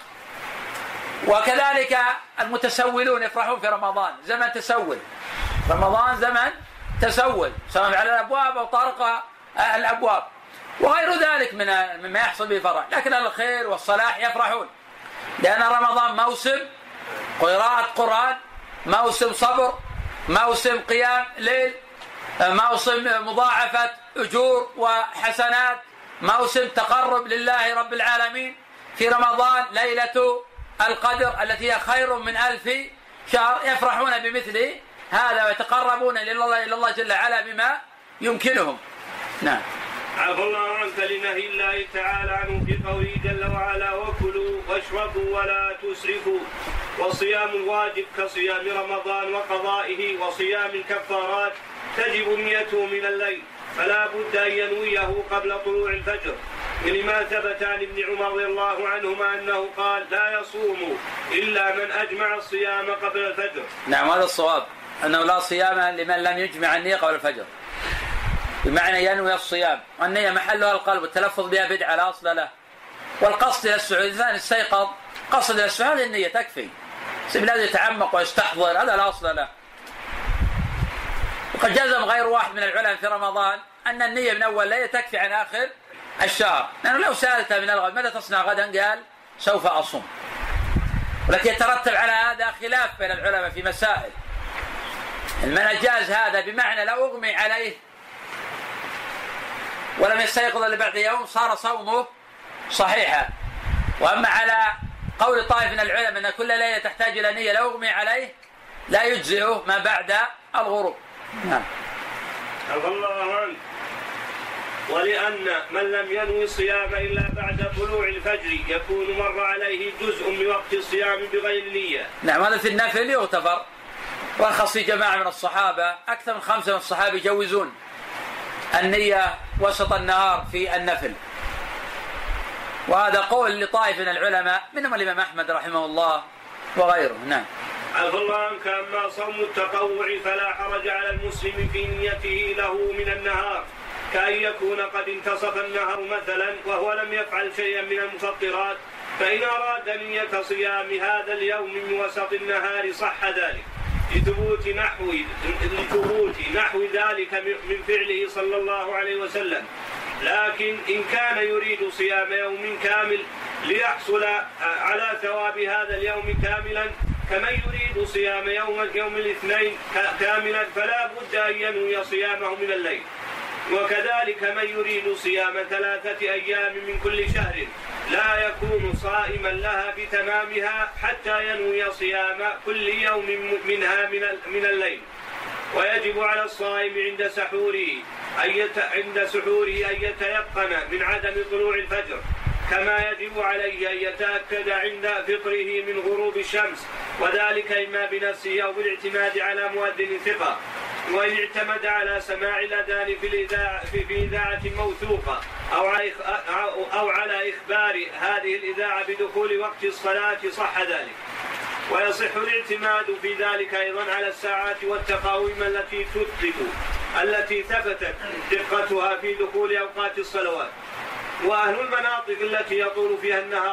وكذلك المتسولون يفرحون في رمضان، زمن تسول، رمضان زمن تسول سواء على الأبواب أو طرق الأبواب وغير ذلك من مما يحصل به فرح. لكن الخير والصلاح يفرحون لأن رمضان موسم قراءة قرآن، موسم صبر، موسم قيام ليل، موسم مضاعفة أجور وحسنات، موسم تقرب لله رب العالمين. في رمضان ليلة القدر التي هي خير من ألف شهر، يفرحون بمثل هذا ويتقربون إلى الله, إلى الله جل وعلا بما يمكنهم. نعم. عفى الله عنك لنهي الله تعالى عنه في قوله جل وعلا وكلوا واشربوا ولا تسرفوا. وصيام الواجب كصيام رمضان وقضائه، وصيام الكفارات تجب نيته من الليل، فلا بد أن ينويه قبل طلوع الفجر، لما ثبت عن ابن عمر رضي الله عنهما أنه قال لا يصوم إلا من أجمع الصيام قبل الفجر. نعم هذا الصواب، أنه لا صيام لمن لم يجمع النية قبل الفجر، بمعنى ينوي الصيام، والنية محلها القلب، والتلفظ بها بدعة لا أصل له. والقصد إلى السعود، الإنسان استيقظ قصد إلى السعود النية تكفي، لازم يتعمق ويستحضر، هذا لا أصل له. وقد جزم غير واحد من العلماء في رمضان أن النية من أول ليلة تكفي عن آخر الشهر، لأنه لو سألته من الغد ماذا تصنع غدا قال سوف أصوم. ولكن يترتب على هذا خلاف بين العلماء في مسائل. من أجاز هذا بمعنى لو أغمي عليه ولم يستيقظ إلا بعد يوم صار صومه صحيحا. وأما على قول طائف من العلماء أن كل ليلة تحتاج إلى نية لو أغمي عليه لا يجزئه ما بعد الغروب. نعم. عفى الله عنك. ولأن من لم ينوي الصيام إلا بعد طلوع الفجر يكون مر عليه جزء من وقت الصيام بغير نية. نعم هذا في النافل يغتفر، ورخص جماعة من الصحابة، أكثر من خمسة من الصحابة يجوزون النية وسط النهار في النفل، وهذا قول لطائف من العلماء منهم الإمام أحمد رحمه الله وغيره. نعم. عفى الله عنك. أما صوم التطوع فلا حرج على المسلم في نيته له من النهار، كأن يكون قد انتصف النهار مثلا وهو لم يفعل شيئا من المفطرات، فإن أراد نية صيام هذا اليوم من وسط النهار صح ذلك لثبوت نحو لثبوت نحو ذلك من فعله صلى الله عليه وسلم. لكن إن كان يريد صيام يوم كامل ليحصل على ثواب هذا اليوم كاملا كمن يريد صيام يوم يوم الاثنين كاملا فلا بد أن ينوي صيامه من الليل. وكذلك من يريد صيام ثلاثة أيام من كل شهر لا يكون صائما لها بتمامها حتى ينوي صيام كل يوم منها من الليل. ويجب على الصائم عند سحوره عند سحوره أن يتيقن من عدم طلوع الفجر، كما يجب عليه أن يتأكد عند فطره من غروب الشمس، وذلك إما بنفسه أو بالاعتماد على مؤذن ثقة. وإن اعتمد على سماع الأذان في الإذاعة في إذاعة موثوقة أو على أو على إخبار هذه الإذاعة بدخول وقت الصلاة صح ذلك. ويصح الاعتماد في ذلك أيضا على الساعات والتقاويم التي تثبت التي ثبتت دقتها في دخول أوقات الصلوات. وأهل المناطق التي يطول فيها النهار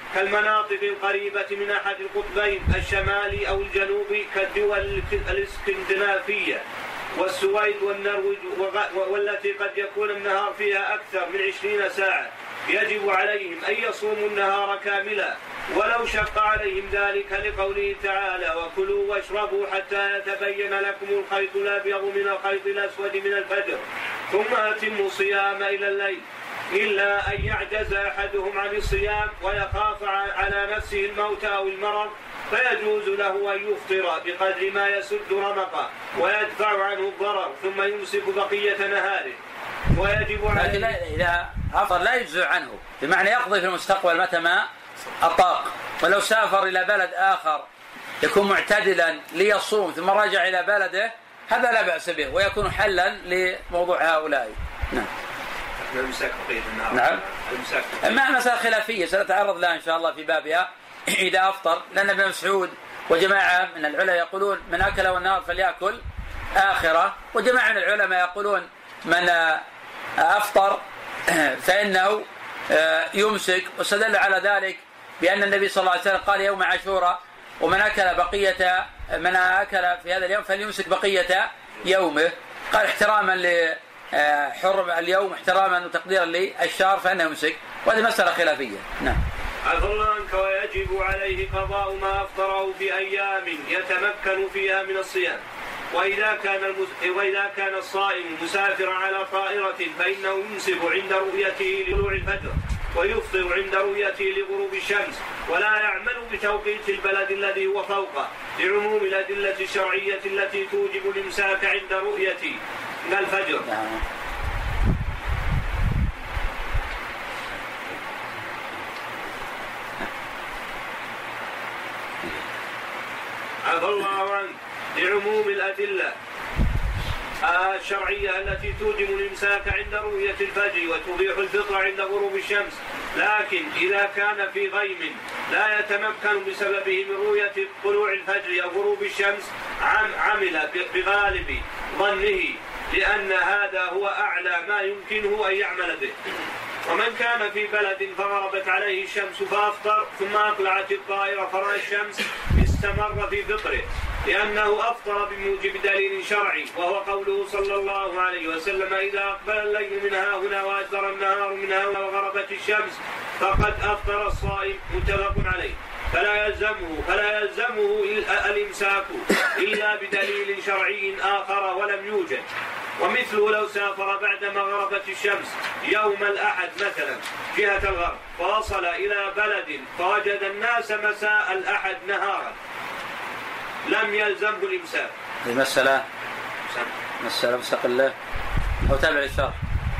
كالمناطق القريبة من أحد القطبين الشمالي أو الجنوبي كالدول الاسكندنافية والسويد والنرويج والتي قد يكون النهار فيها أكثر من عشرين ساعة، يجب عليهم أن يصوموا النهار كاملا ولو شق عليهم ذلك لقوله تعالى: وكلوا واشربوا حتى يتبين لكم الخيط الأبيض من الخيط الأسود من الفجر ثم أتموا الصيام إلى الليل، إلا أن يعجز أحدهم عن الصيام ويخاف على نفسه الموت أو المرض فيجوز له أن يفطر بقدر ما يسد رمقه ويدفع عنه الضرر ثم يمسك بقية نهاره. ويجب عليه لكن إذا أفطر لا يجزع عنه، بمعنى يقضي في المستقبل متى ما أطاق، ولو سافر إلى بلد آخر يكون معتدلا ليصوم ثم رجع إلى بلده هذا لا بأس به ويكون حلا لموضوع هؤلاء. نعم. المساك بقية النهار. نعم. المساك ما مسألة خلافية سنتعرض لها إن شاء الله في بابها إذا أفطر، لأن ابن مسعود وجماعة من العلماء يقولون من أكل والنهار فليأكل آخرة، وجماعة من العلماء يقولون من أفطر فإنه يمسك، واستدل على ذلك بأن النبي صلى الله عليه وسلم قال يوم عاشوراء ومن أكل بقية من أكل في هذا اليوم فليمسك بقية يومه، قال احتراما لحرم اليوم احتراما وتقديرا للشهر فإنه يمسك، وهذه مسألة خلافية. نعم. عفى الله عنك. ويجب عليه قضاء ما أفطره في أيام يتمكن فيها من الصيام، وإذا كان المس... وإذا كان الصائم مسافرا على طائرة فإنه يمسك عند رؤيته لطلوع الفجر ويفطر عند رؤيته لغروب الشمس، ولا يعمل بتوقيت البلد الذي هو فوقه لعموم الأدلة الشرعية التي توجب الإمساك عند رؤية الفجر. عفى الله عنك. لعموم الأدلة الشرعية التي توجب الإمساك عند رؤية الفجر وتبيح الفطر عند غروب الشمس، لكن إذا كان في غيم لا يتمكن بسببه من رؤية طلوع الفجر أو غروب الشمس عمل بغالب ظنه، لأن هذا هو أعلى ما يمكنه أن يعمل به. ومن كان في بلد فغربت عليه الشمس فأفطر ثم أقلعت الطائرة فرأى الشمس استمر في فطره، لأنه أفطر بموجب دليل شرعي وهو قوله صلى الله عليه وسلم: إذا أقبل الليل من ها هنا وأدبر النهار من ها هنا وغربت الشمس فقد أفطر الصائم، متفق عليه. فلا يلزمه فلا يلزمه الإمساك إلا بدليل شرعي آخر ولم يوجد. ومثله لو سافر بعدما غربت الشمس يوم الأحد مثلا جهة الغرب فوصل إلى بلد فوجد الناس مساء الأحد نهارا لم يلزمه الإمساك. المسألة مسألة مستقلة أو تابع للشرح؟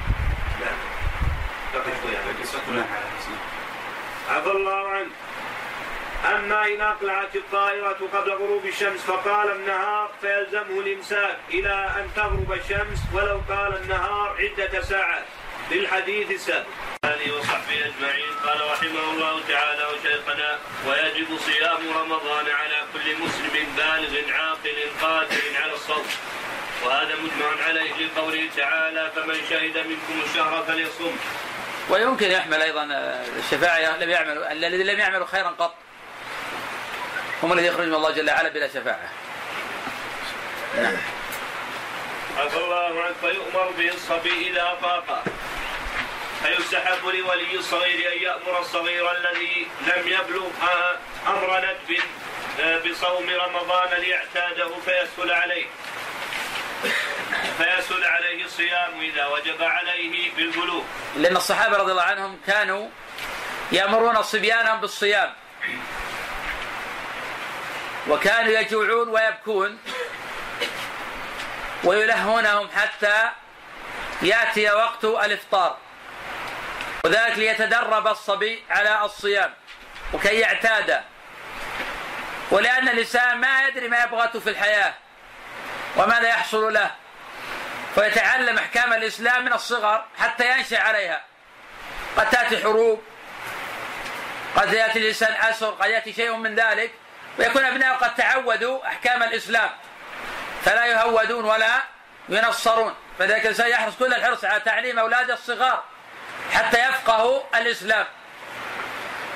لا. عفى الله عنه. أما إن أقلعت الطائرة قبل غروب الشمس فقال النهار فيلزمه الإمساك إلى أن تغرب الشمس ولو قال النهار عدة ساعات للحديث السابق. آله وصحبه أجمعين. قال رحمه الله تعالى: وشيخنا ويجب صيام رمضان على كل مسلم بالغ عاقل قادر على الصوم، وهذا مجمع عليه لقوله تعالى: فمن شهد منكم الشهر فليصم. ويمكن يحمل أيضا الشفاعة لم يعملوا الذين لم يعملوا خيرا قط هم الذين يخرجون الله جل وعلا بلا شفاعة. نعم. عفى الله عنك. فيؤمر به الصبي إذا أفاق، فيستحب لولي الصغير أن يأمر الصغير الذي لم يبلغ أمر ندب بصوم رمضان ليعتاده فيسهل عليه فيسهل عليه الصيام إذا وجب عليه بالبلوغ. لأن الصحابة رضي الله عنهم كانوا يأمرون صبيانهم بالصيام وكانوا يجوعون ويبكون ويلهونهم حتى يأتي وقت الإفطار، وذلك ليتدرب الصبي على الصيام وكي يعتاد، ولأن الإنسان ما يدري ما يبغته في الحياة وماذا يحصل له، فيتعلم أحكام الإسلام من الصغر حتى ينشأ عليها. قد تأتي حروب، قد يأتي الإنسان أسر، قد يأتي شيء من ذلك، ويكون أبناء قد تعودوا أحكام الإسلام فلا يهودون ولا ينصرون، فذلك الإنسان يحرص كل الحرص على تعليم أولاده الصغار حتى يفقهوا الإسلام.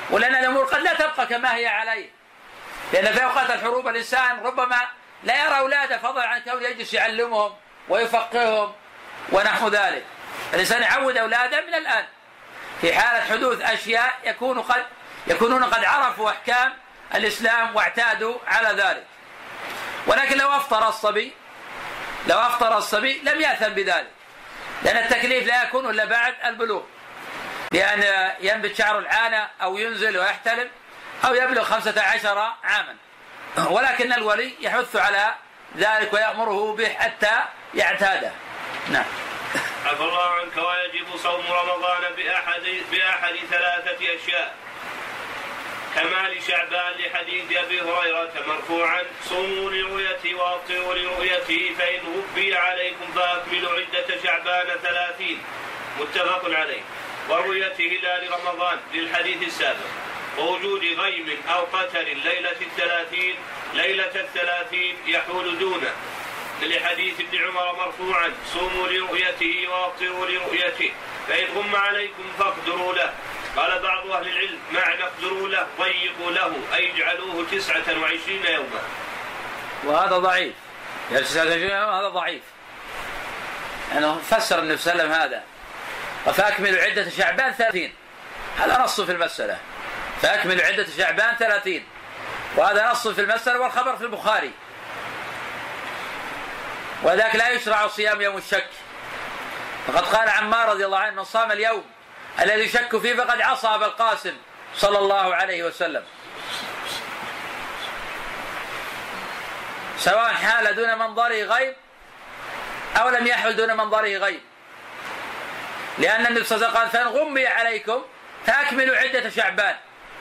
ولأن الأمور قد لا تبقى كما هي عليه، لأن في أوقات الحروب الإنسان ربما لا يرى أولاده فضلا عن كونه يجلس يعلمهم ويفقههم ونحو ذلك. الإنسان يعود أولاده من الآن في حالة حدوث أشياء يكون قد يكونون قد عرفوا أحكام الإسلام واعتادوا على ذلك. ولكن لو أفطر الصبي لو أفطر الصبي لم يأثم بذلك، لأن التكليف لا يكون إلا بعد البلوغ، بأن ينبت شعر العانة أو ينزل ويحتلم أو يبلغ خمسة عشر عاما. ولكن الولي يحث على ذلك ويأمره به حتى يعتاده. نعم. عفى الله عنك. ويجب صوم رمضان بأحد, بأحد ثلاثة أشياء كما لشعبان لحديث أبي هريرة مرفوعا: صوموا لرؤيته وأفطروا لرؤيته، فإن غبي عليكم فأكملوا عدة شعبان ثلاثين، متفق عليه. ورؤيته هلال رمضان للحديث السابق. ووجود غيم أو قتر ليلة الثلاثين ليلة الثلاثين يحول دونه لحديث ابن عمر مرفوعا: صوموا لرؤيته وأفطروا لرؤيته، فإن غم عليكم فاقدروا له. قال بعض أهل العلم: معنى اقدروا له ضيقوا له، أي اجعلوه تسعة وعشرين يوما. وهذا ضعيف، هذا ضعيف، يعني فسر النبي صلى الله عليه وسلم هذا: فأكملوا عدة شعبان ثلاثين، هذا نص في المسألة، فأكملوا عدة شعبان ثلاثين، وهذا نص في المسألة والخبر في البخاري. وذاك لا يشرع صيام يوم الشك، فقد قال عمار رضي الله عنه: من صام اليوم الذي يشك فيه فقد عصى أبا القاسم صلى الله عليه وسلم، سواء حال دون منظره غيب أو لم يحل دون منظره غيب، لأن النبي صلى الله عليه وسلم قال: فإن غمي عليكم فأكملوا عدة شعبان.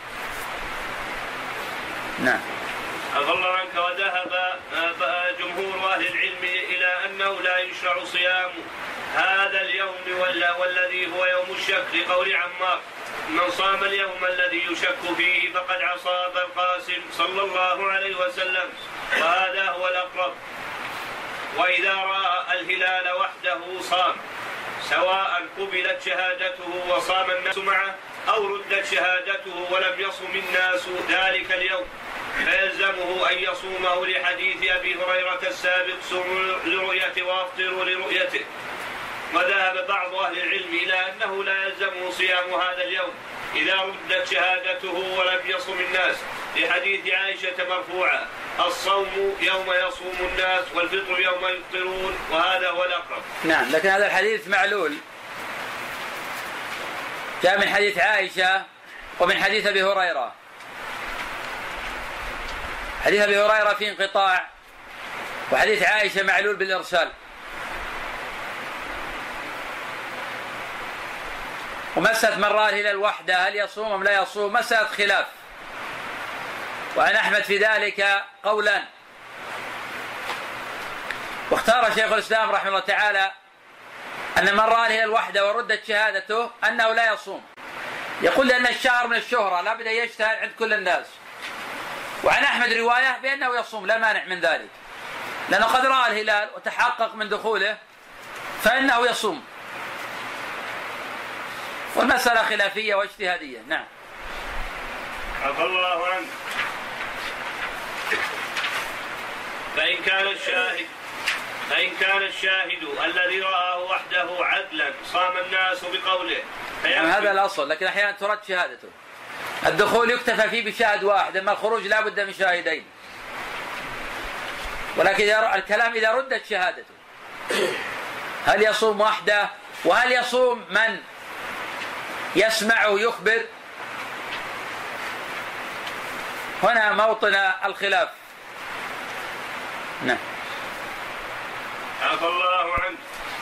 نعم. عفى الله عنك. وذهب جمهور أهل العلم إلى أنه لا يشرع صيام هذا اليوم والذي هو يوم الشك، لقول عمار: من صام اليوم الذي يشك فيه فقد عصى أبا القاسم صلى الله عليه وسلم، وهذا هو الأقرب. وإذا رأى الهلال وحده صام، سواء قبلت شهادته وصام الناس معه أو ردت شهادته ولم يصم الناس ذلك اليوم، فيلزمه أن يصومه لحديث أبي هريرة السابق: صوموا لرؤيته وأفطروا لرؤيته. وذهب بعض أهل العلم إلى أنه لا يلزمه صيام هذا اليوم إذا ردت شهادته ولم يصم الناس، لحديث عائشة مرفوعة: الصوم يوم يصوم الناس والفطر يوم يفطرون، وهذا هو الأقرب. نعم. لكن هذا الحديث معلول، جاء من حديث عائشة ومن حديث أبي هريرة. حديث أبي هريرة فيه انقطاع، وحديث عائشة معلول بالإرسال. ومسألة من رأى الهلال وحده هل يصوم أم لا يصوم مسألة خلاف، وعن أحمد في ذلك قولا. واختار شيخ الإسلام رحمه الله تعالى أن من رأى الهلال وحده وردت شهادته أنه لا يصوم، يقول لأن الشهر من الشهرة لا بد يشتهر عند كل الناس. وعن أحمد رواية بأنه يصوم، لا مانع من ذلك، لأنه قد رأى الهلال وتحقق من دخوله فإنه يصوم. والمسألة خلافية واجتهادية. نعم. عفى الله عنك. فإن كان الشاهد فإن كان الشاهد الذي رآه وحده عدلا صام الناس بقوله، يعني هذا الأصل، لكن أحيانا ترد شهادته. الدخول يكتفى فيه بشاهد واحد، أما الخروج لا بد من شاهدين. ولكن الكلام إذا ردت شهادته هل يصوم وحده وهل يصوم من يسمعه يخبر؟ هنا موطن الخلاف. نعم. عفى الله عنك.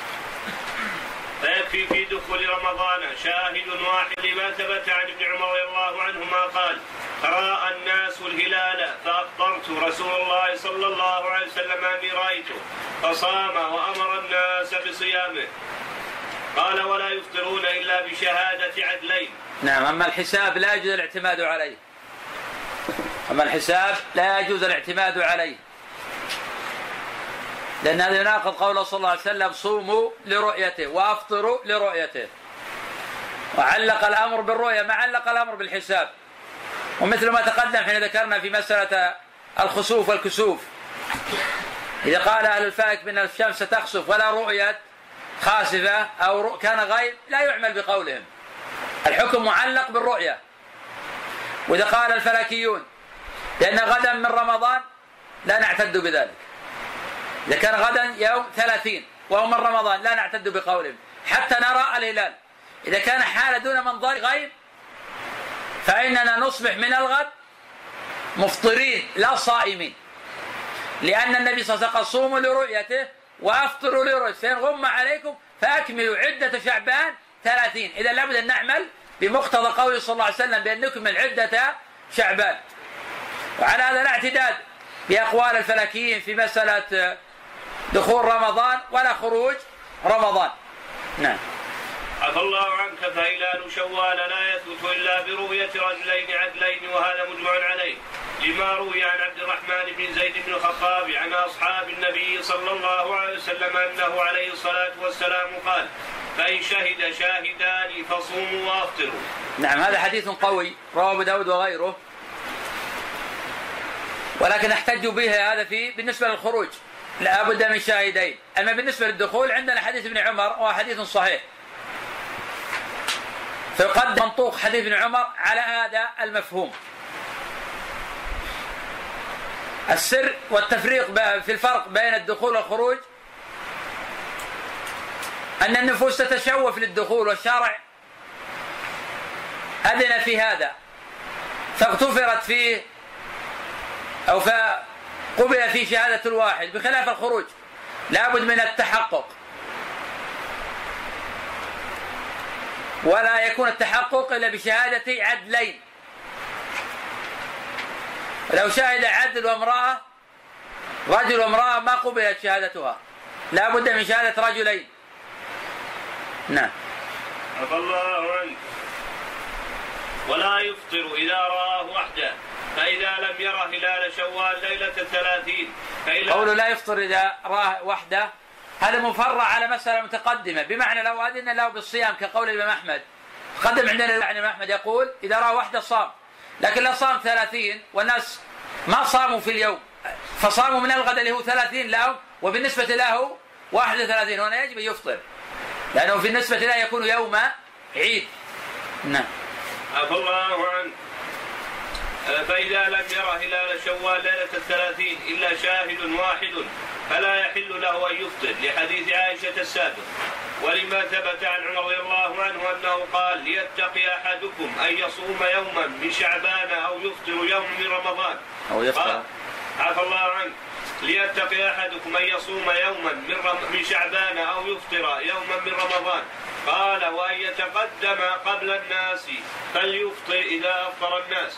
فيكفي في دخول رمضان شاهد واحد لما ثبت عن ابن عمر رضي الله عنهما قال: رأى الناس الهلال فأخبرت رسول الله صلى الله عليه وسلم أني رأيته فصام وأمر الناس بصيامه. قال: ولا يفطرون إلا بشهادة عدلين. نعم. أما الحساب لا يجوز الاعتماد عليه، أما الحساب لا يجوز الاعتماد عليه، لأن هذا يناقض قوله صلى الله عليه وسلم: صوموا لرؤيته وأفطروا لرؤيته. وعلق الأمر بالرؤية ما علق الأمر بالحساب، ومثل ما تقدم حين ذكرنا في مسألة الخسوف والكسوف، إذا قال أهل الفلك بأن الشمس تخسف ولا رؤية خاسفة أو كان غيب لا يعمل بقولهم، الحكم معلق بالرؤية. وإذا قال الفلكيون لأن غدا من رمضان لا نعتد بذلك، إذا كان غدا يوم ثلاثين وهو من رمضان لا نعتد بقولهم حتى نرى الهلال. إذا كان حالة دون منظر غيب فإننا نصبح من الغد مفطرين لا صائمين، لأن النبي صلى الله عليه وسلم قال صوموا لرؤيته وأفطروا لرؤيته، فإن غم عليكم فأكملوا عدة شعبان ثلاثين. إذا لابد أن نعمل بمقتضى قوله صلى الله عليه وسلم بأن نكمل عدة شعبان. وعلى هذا لا اعتداد بأقوال الفلكيين في مسألة دخول رمضان ولا خروج رمضان. نعم. عفى الله عنك. فهلال شوال لا يثبت إلا برؤية رجلين عدلين، وهذا مجمع عليه لما روي عن عبد الرحمن بن زيد بن الخطاب عن أصحاب النبي صلى الله عليه وسلم أنه عليه الصلاة والسلام قال: فإن شهد شاهدان فصوموا وأفطروا. نعم، هذا حديث قوي رواه أبو داود وغيره، ولكن احتج به هذا في بالنسبة للخروج لا بد من شاهدين. أما بالنسبة للدخول عندنا حديث ابن عمر وهو حديث صحيح، فيقدم منطوق حديث ابن عمر على هذا المفهوم. السر والتفريق في الفرق بين الدخول والخروج أن النفوس تتشوف للدخول، والشرع أذن في هذا فاغتفرت فيه أو فقبل في شهادة الواحد، بخلاف الخروج لابد من التحقق، ولا يكون التحقق إلا بشهادة عدلين. لو شهد عدل وامرأة رجل وامرأة ما قبلت شهادتها، لا بد من شهادة رجلين. نعم. عفى الله عنك. ولا يفطر إذا رآه وحده، فإذا لم يره هلال شوال ليلة الثلاثين. قوله لا يفطر إذا راه وحده هذا مفرع على مسألة متقدمة، بمعنى لو أذن له بالصيام كقول الإمام أحمد، قدم عندنا الإمام أحمد يقول إذا راه وحده صام، لكن لو صام ثلاثين والناس ما صاموا في اليوم فصاموا من الغد اللي هو ثلاثين لهم، وبالنسبة له واحد وثلاثين، هنا يجب أن يفطر لأنه في النسبة له يكون يوم عيد. نعم. عفى الله عنه. فإذا لم يره هلال شوال ليلة الثلاثين إلا شاهد واحد فلا يحل له أن يفطر، لحديث عائشة السابق، ولما ثبت عن عمر رضي الله عنه أنه قال: ليتقي أحدكم أن يصوم يوما من شعبان أو يفطر يوم من رمضان. أو يفطر. عفى الله عنه. ليتقي أحدكم أن يصوم يوما من, رم... من شعبان أو يفطر يوما من رمضان. قال: وأن يتقدم قبل الناس فليفطر إذا أفطر الناس.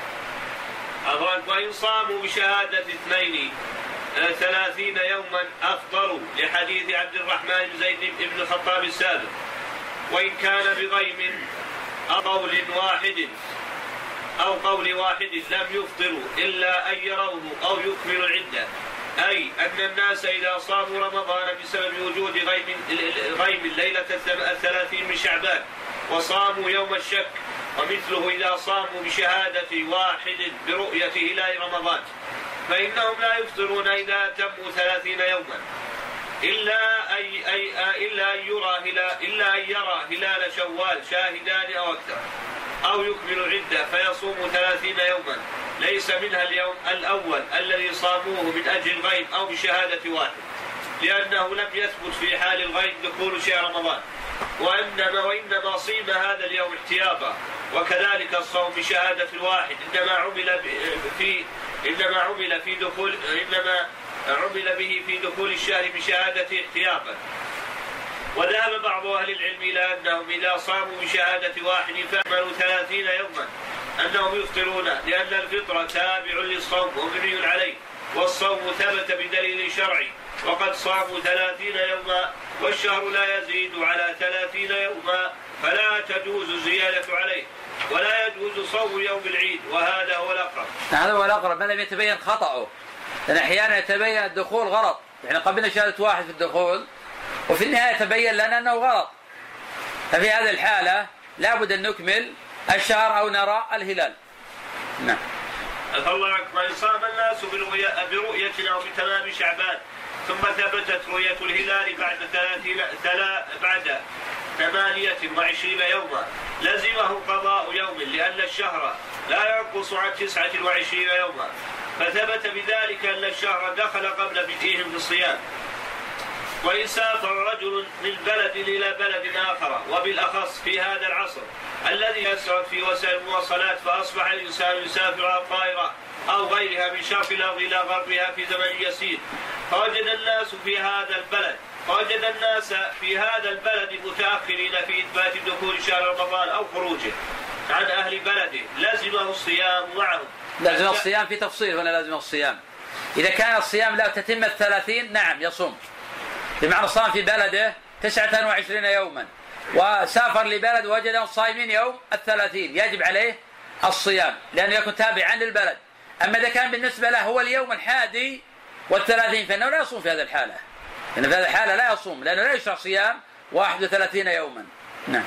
وإن صاموا بشهادة اثنين ثلاثين يوما أفطروا، لحديث عبد الرحمن بن زيد بن الخطاب السابق. وإن كان بغيم أو قول واحد أو قول واحد لم يفطروا إلا أن يروه أو يكملوا العدة، أي أن الناس إذا صاموا رمضان بسبب وجود غيم غيم ليلة الثلاثين من شعبان وصاموا يوم الشك، ومثله إذا صاموا بشهادة واحد برؤية هلال رمضان، فإنهم لا يفطرون إذا تموا ثلاثين يوما إلا أي أي إلا أن يرى هلال إلا أن يرى هلال شوال شاهدان أو أكثر، أو يكمل العدة فيصوم ثلاثين يوما، ليس منها اليوم الأول الذي صاموه من أجل الغيب أو بشهادة واحد، لأنه لم يثبت في حال الغيب دخول شهر رمضان، وإنما وإنما صيم هذا اليوم احتياطا. وكذلك الصوم بشهادة الواحد إنما عمل في إنما عمل في دخول إنما عمل به في دخول الشهر بشهادة احتياطا. وذهب بعض أهل العلم إلى أنهم إذا صاموا بشهادة واحد فأكملوا ثلاثين يوما أنهم يفطرون، لأن الفطرة تابع للصوم ومبني عليه، والصوم ثبت بدليل شرعي، وقد صاموا ثلاثين يوما والشهر لا يزيد على ثلاثين يوما، فلا تجوز الزيادة عليه، ولا يجوز صوم يوم العيد، وهذا هو الأقرب. هذا هو الأقرب، ما لم يتبين خطأه، لأن أحيانا يتبين الدخول غلط، يعني قبلنا شهادة واحد في الدخول وفي النهاية تبين لنا أنه غلط، ففي هذه الحالة لا بد أن نكمل الشهر أو نرى الهلال. نعم. الله أكبر. صام الناس برؤية أو بتمام شعبان ثم ثبتت رؤية الهلال بعد ثلاثين بعد ثمانية وعشرين يوما لزمه قضاء يوم لأن الشهر لا ينقص عن تسعة وعشرين يوما، فثبت بذلك أن الشهر دخل قبل بدئهم بالصيام. وإن سافر رجل من بلد إلى بلد آخر وبالأخص في هذا العصر الذي يسرد في وسائل المواصلات فأصبح الإنسان يسافر الطائرة أو غيرها من شرق الأرض إلى غربها في زمن يسير، فوجد الناس في هذا البلد فوجد الناس في هذا البلد متأخرين في إثبات دخول شهر رمضان أو خروجه عن أهل بلده لازمه الصيام معهم. لازم الصيام في تفصيل هنا. لازم الصيام إذا كان الصيام لا تتم الثلاثين نعم يصوم، بمعنى صام في بلده تسعة وعشرين يوما وسافر لبلد وجدهم صائمين يوم الثلاثين يجب عليه الصيام لأنه يكون تابعا للبلد. أما إذا كان بالنسبة له هو اليوم الحادي والثلاثين فإنه لا يصوم في هذه الحالة، لأن في هذه الحالة لا يصوم لأنه لا يشرع صيام واحد وثلاثين يوما. نعم.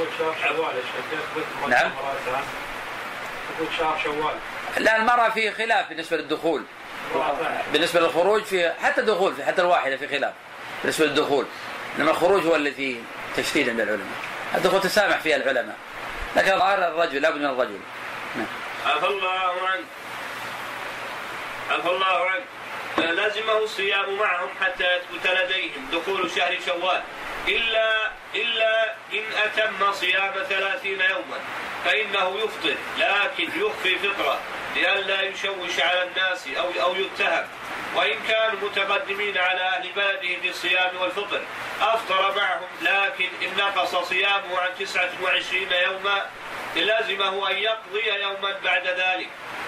نعم. لا المرأة في خلاف بالنسبة للدخول، بالنسبة للخروج في حتى الدخول في حتى الواحدة في خلاف بالنسبة للدخول، إنما الخروج هو اللي فيه تشديد عند العلماء. الدخول تسامح فيها العلماء، لكن ظاهر الرجل لابد من الرجل. عفى الله عنه عفى الله عنه لازمه الصيام معهم حتى يثبت لديهم دخول شهر شوال إلا إلا إن أتم صيام ثلاثين يوما فإنه يفطر، لكن يخفي فطرة لئلا يشوش على الناس أو أو يتهم. وإن كانوا متقدمين على أهل بلده بالصيام والفطر أفطر معهم، لكن إن نقص صيامه عن تسعة وعشرين يوما لازمه أن يقضي يوما بعد ذلك